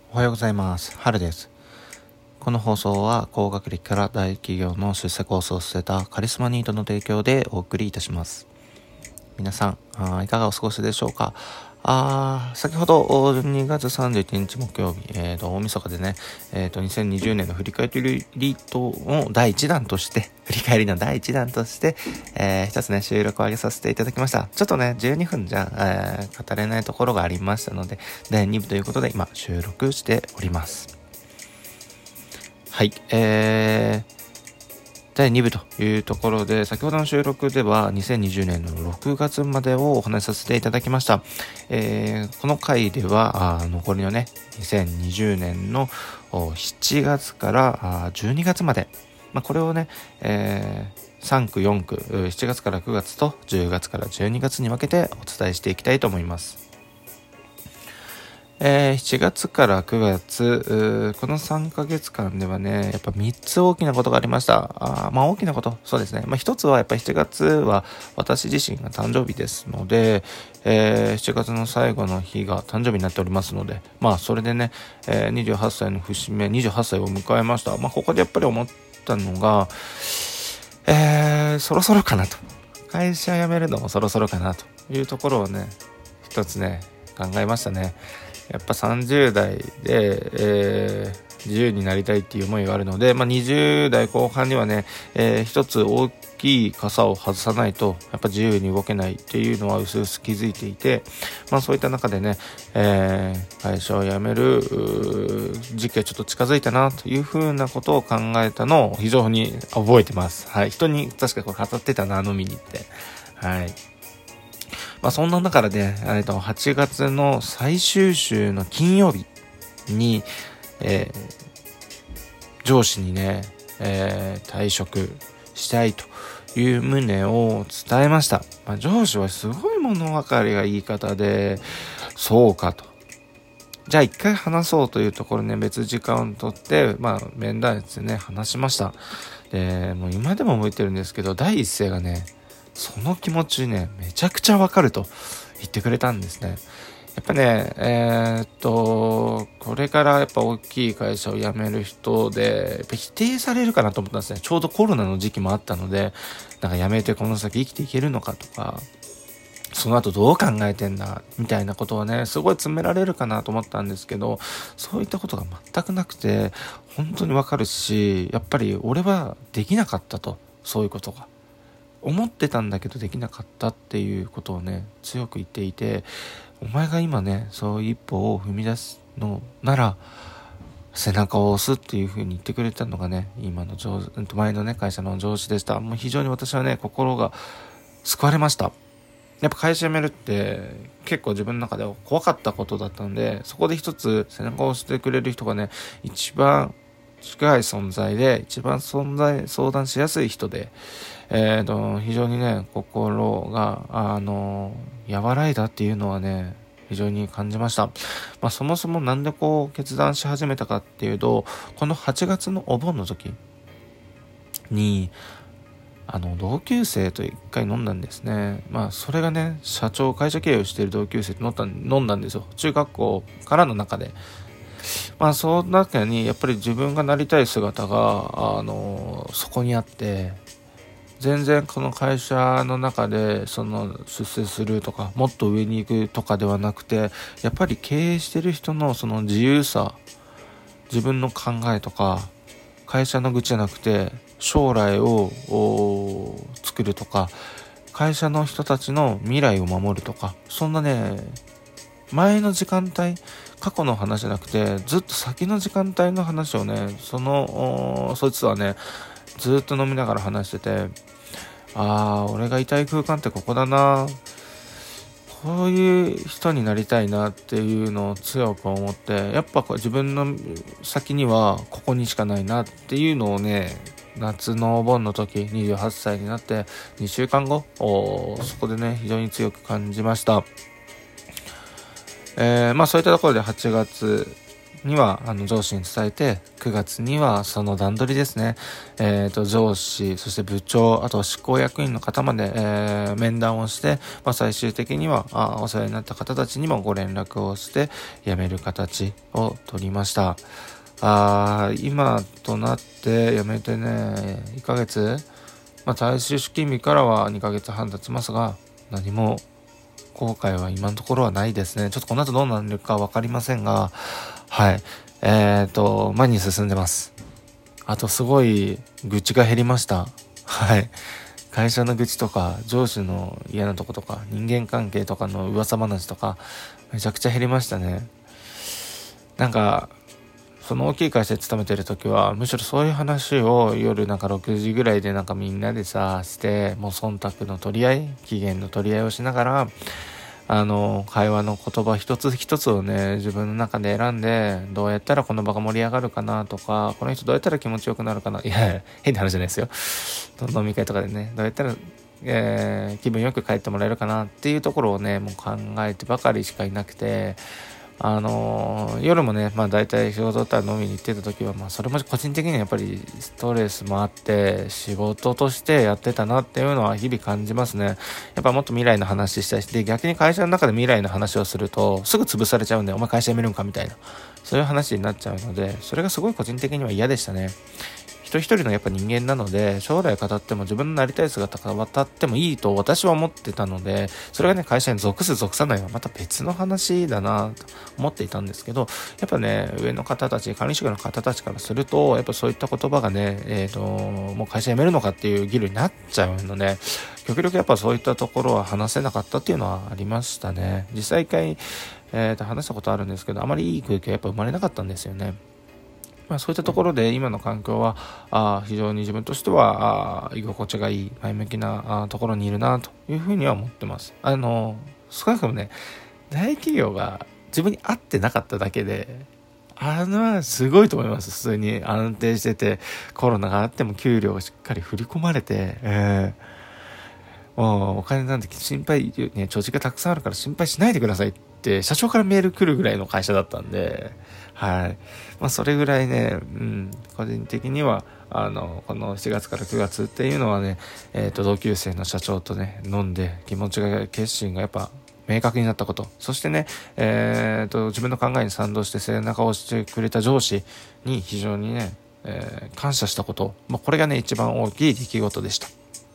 おはようございます。春です。この放送は高学歴から大企業の出世コースを捨てたカリスマニートの提供でお送りいたします。皆さん、いかがお過ごしでしょうか。先ほど2月31日木曜日、大晦日でね、2020年の振り返りの第1弾として、一つね、収録を上げさせていただきました。ちょっとね、12分じゃ、語れないところがありましたので、第2部ということで今、収録しております。はい、第2部というところで、先ほどの収録では2020年の6月までをお話しさせていただきました。この回では残りのね、2020年の7月から12月まで、これをね、3区4区、7月から9月と10月から12月に分けてお伝えしていきたいと思います。7月から9月、この3ヶ月間ではね、やっぱ3つ大きなことがありました。大きなこと、そうですね。1つはやっぱり7月は私自身が誕生日ですので、7月の最後の日が誕生日になっておりますので、それでね、28歳の節目、28歳を迎えました。ここでやっぱり思ったのが、そろそろかなと。会社辞めるのもそろそろかなというところをね、一つね、考えましたね。やっぱ30代で、自由になりたいっていう思いがあるので、20代後半にはね、一つ大きい傘を外さないとやっぱ自由に動けないっていうのは薄々気づいていて、そういった中でね、会社を辞める時期がちょっと近づいたなというふうなことを考えたのを非常に覚えてます。はい、人に確かこれ語ってたな、飲みに行って、はい。そんな中でね、8月の最終週の金曜日に、上司にね、退職したいという旨を伝えました。上司はすごい物分かりがいい方で、そうかと。じゃあ一回話そうというところね、別時間をとって、面談室でね、話しました。で、もう今でも覚えてるんですけど、第一声がね、その気持ちね、めちゃくちゃわかると言ってくれたんですね。やっぱね、これからやっぱ大きい会社を辞める人で、やっぱ否定されるかなと思ったんですね。ちょうどコロナの時期もあったので、辞めてこの先生きていけるのかとか、その後どう考えてんだみたいなことをね、すごい詰められるかなと思ったんですけど、そういったことが全くなくて、本当にわかるし、やっぱり俺はできなかったと、そういうことが。思ってたんだけどできなかったっていうことをね、強く言っていて、お前が今ね、そういう一歩を踏み出すのなら、背中を押すっていう風に言ってくれたのがね、前のね、会社の上司でした。もう非常に私はね、心が救われました。やっぱ会社辞めるって結構自分の中では怖かったことだったんで、そこで一つ背中を押してくれる人がね、一番近い存在で、一番相談しやすい人で、非常にね、心が、和らいだっていうのはね、非常に感じました。そもそもなんで決断し始めたかっていうと、この8月のお盆の時に、同級生と一回飲んだんですね。それがね、会社経営をしている同級生と飲んだんですよ。中学校からの中で。その中にやっぱり自分がなりたい姿が、そこにあって、全然この会社の中で出世するとか、もっと上に行くとかではなくて、やっぱり経営してる人のその自由さ、自分の考えとか、会社の愚痴じゃなくて、将来を作るとか、会社の人たちの未来を守るとか、そんなね、前の時間帯、過去の話じゃなくて、ずっと先の時間帯の話をね、そいつはね、ずっと飲みながら話してて、俺がいたい空間ってここだな、こういう人になりたいなっていうのを強く思って、やっぱ自分の先にはここにしかないなっていうのをね、夏のお盆の時、28歳になって2週間後、そこでね、非常に強く感じました。そういったところで8月には上司に伝えて、9月にはその段取りですね、上司、そして部長、あと執行役員の方まで、面談をして、最終的にはお世話になった方たちにもご連絡をして辞める形を取りました。今となって辞めてね、1ヶ月、退職金日からは2ヶ月半経ちますが、何も後悔は今のところはないですね。ちょっとこの後どうなるかわかりませんが、はい。前に進んでます。あとすごい愚痴が減りました。はい。会社の愚痴とか、上司の嫌なとことか、人間関係とかの噂話とか、めちゃくちゃ減りましたね。なんか、その大きい会社に勤めてる時は、むしろそういう話を夜6時ぐらいでみんなでして、もう忖度の取り合い、期限の取り合いをしながら、会話の言葉一つ一つをね、自分の中で選んで、どうやったらこの場が盛り上がるかなとか、この人どうやったら気持ちよくなるかな。いや、変な話じゃないですよ。飲み会とかでね、どうやったら、気分よく帰ってもらえるかなっていうところをね、もう考えてばかりしかいなくて、夜もね、大体仕事だったら飲みに行ってた時は、それも個人的にはやっぱりストレスもあって、仕事としてやってたなっていうのは日々感じますね。やっぱもっと未来の話したりして、逆に会社の中で未来の話をすると、すぐ潰されちゃうんで、お前会社辞めるんかみたいな、そういう話になっちゃうので、それがすごい個人的には嫌でしたね。一人一人のやっぱ人間なので、将来語っても自分のなりたい姿が渡ってもいいと私は思ってたので、それがね、会社に属す属さないはまた別の話だなと思っていたんですけど、やっぱね、上の方たち、管理職の方たちからすると、やっぱそういった言葉がね、もう会社辞めるのかっていう議論になっちゃうので、極力やっぱそういったところは話せなかったっていうのはありましたね。実際一回、話したことあるんですけど、あまりいい空気はやっぱ生まれなかったんですよね。そういったところで今の環境は非常に自分としては居心地がいい前向きなところにいるなというふうには思ってます。少なくともね、大企業が自分に合ってなかっただけで、はすごいと思います。普通に安定してて、コロナがあっても給料がしっかり振り込まれて、もうお金なんて心配、ね、貯蓄がたくさんあるから心配しないでくださいって社長からメール来るぐらいの会社だったんで、はい。それぐらいね、個人的には、この7月から9月っていうのはね、同級生の社長とね、飲んで気持ちが、決心がやっぱ明確になったこと。そしてね、自分の考えに賛同して背中を押してくれた上司に非常にね、感謝したこと。これがね、一番大きい出来事でした。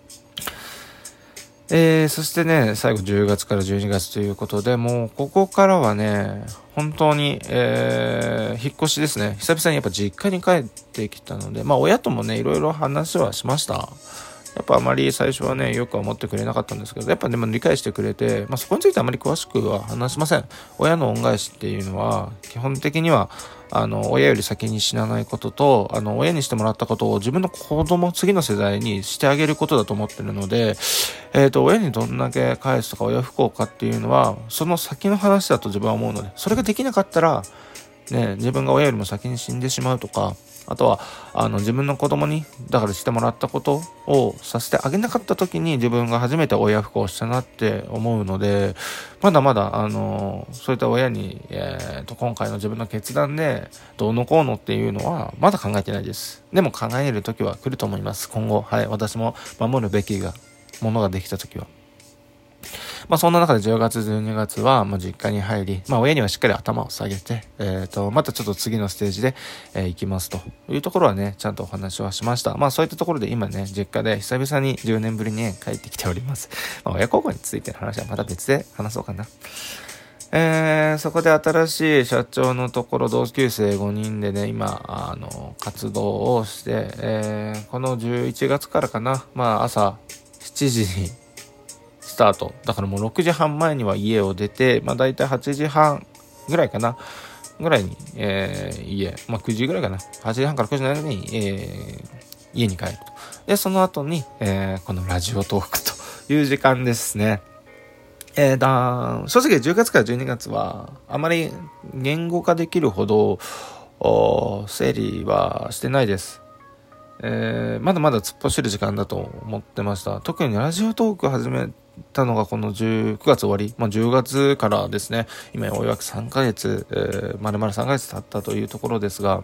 そしてね、最後10月から12月ということで、もうここからはね、本当に、引っ越しですね。久々にやっぱ実家に帰ってきたので、親ともね、いろいろ話はしました。やっぱあまり最初はね、よくは思ってくれなかったんですけど、やっぱでも理解してくれて、そこについてあまり詳しくは話しません。親の恩返しっていうのは、基本的には、親より先に死なないことと、親にしてもらったことを自分の子供、次の世代にしてあげることだと思ってるので、親にどんだけ返すとか親不幸かっていうのは、その先の話だと自分は思うので、それができなかったら、ね、自分が親よりも先に死んでしまうとか、あとは自分の子供にだからしてもらったことをさせてあげなかった時に自分が初めて親不孝したなって思うので、まだまだそういった親に、今回の自分の決断でどうのこうのっていうのはまだ考えてないです。でも考える時は来ると思います。今後、はい、私も守るべきものができた時は。そんな中で10月、12月は、実家に入り、親にはしっかり頭を下げて、またちょっと次のステージで、行きますというところはね、ちゃんとお話はしました。そういったところで今ね、実家で久々に10年ぶりに、帰ってきております。親孝行についての話はまた別で話そうかな。そこで新しい社長のところ同級生5人でね、今、活動をして、この11月からかな、朝7時に、スタート。だからもう6時半前には家を出て、だいたい8時半ぐらいかな。ぐらいに、家、9時ぐらいかな。8時半から9時の間に、家に帰ると。で、その後に、このラジオトークという時間ですね。正直10月から12月は、あまり言語化できるほど、整理はしてないです。まだまだ突っ走る時間だと思ってました。特にラジオトーク始めたのがこの9月終わり、10月からですね、今ようやく3ヶ月、丸々3ヶ月経ったというところですが、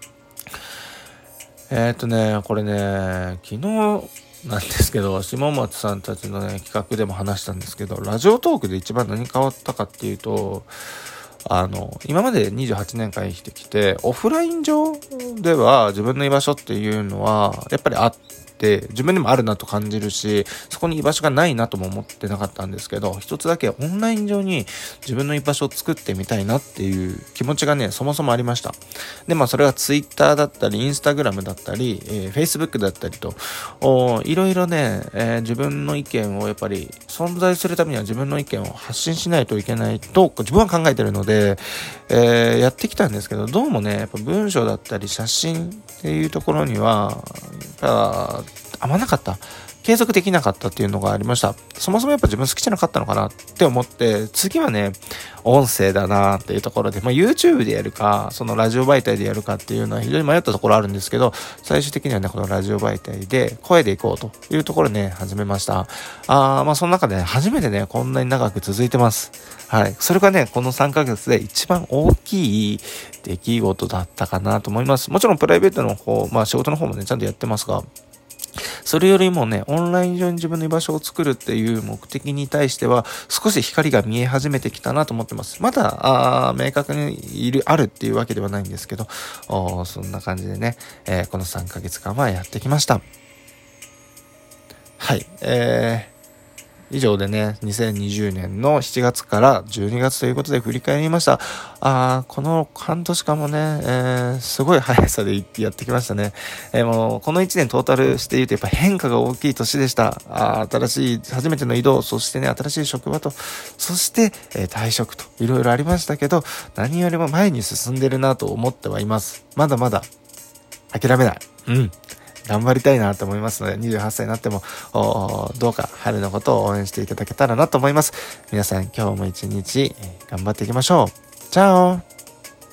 これね、昨日なんですけど、下松さんたちのね、企画でも話したんですけど、ラジオトークで一番何変わったかっていうと、今まで28年間生きてきて、オフライン上では自分の居場所っていうのは、やっぱりあって、自分にもあるなと感じるし、そこに居場所がないなとも思ってなかったんですけど、一つだけオンライン上に自分の居場所を作ってみたいなっていう気持ちがね、そもそもありました。で、それはツイッターだったり、インスタグラムだったり、Facebook だったりと、いろいろね、自分の意見をやっぱり存在するためには自分の意見を発信しないといけないと、自分は考えてるので、やってきたんですけど、どうもね、やっぱ文章だったり写真っていうところには、合わなかった。継続できなかったっていうのがありました。そもそもやっぱ自分好きじゃなかったのかなって思って、次はね、音声だなっていうところで、YouTube でやるか、そのラジオ媒体でやるかっていうのは非常に迷ったところあるんですけど、最終的にはね、このラジオ媒体で声でいこうというところでね、始めました。その中でね、初めてね、こんなに長く続いてます。はい。それがね、この3ヶ月で一番大きい出来事だったかなと思います。もちろんプライベートの方、仕事の方もね、ちゃんとやってますが、それよりもね、オンライン上に自分の居場所を作るっていう目的に対しては、少し光が見え始めてきたなと思ってます。まだ、明確にあるっていうわけではないんですけど、そんな感じでね、この3ヶ月間はやってきました。はい。以上でね、2020年の7月から12月ということで振り返りました。この半年間もね、すごい速さでやってきましたね。もうこの1年トータルして言うとやっぱ変化が大きい年でした。新しい初めての移動、そしてね、新しい職場と、そして、退職といろいろありましたけど、何よりも前に進んでるなと思ってはいます。まだまだ諦めない。頑張りたいなと思いますので、28歳になってもどうか春のことを応援していただけたらなと思います。皆さん今日も一日頑張っていきましょう。チャオ。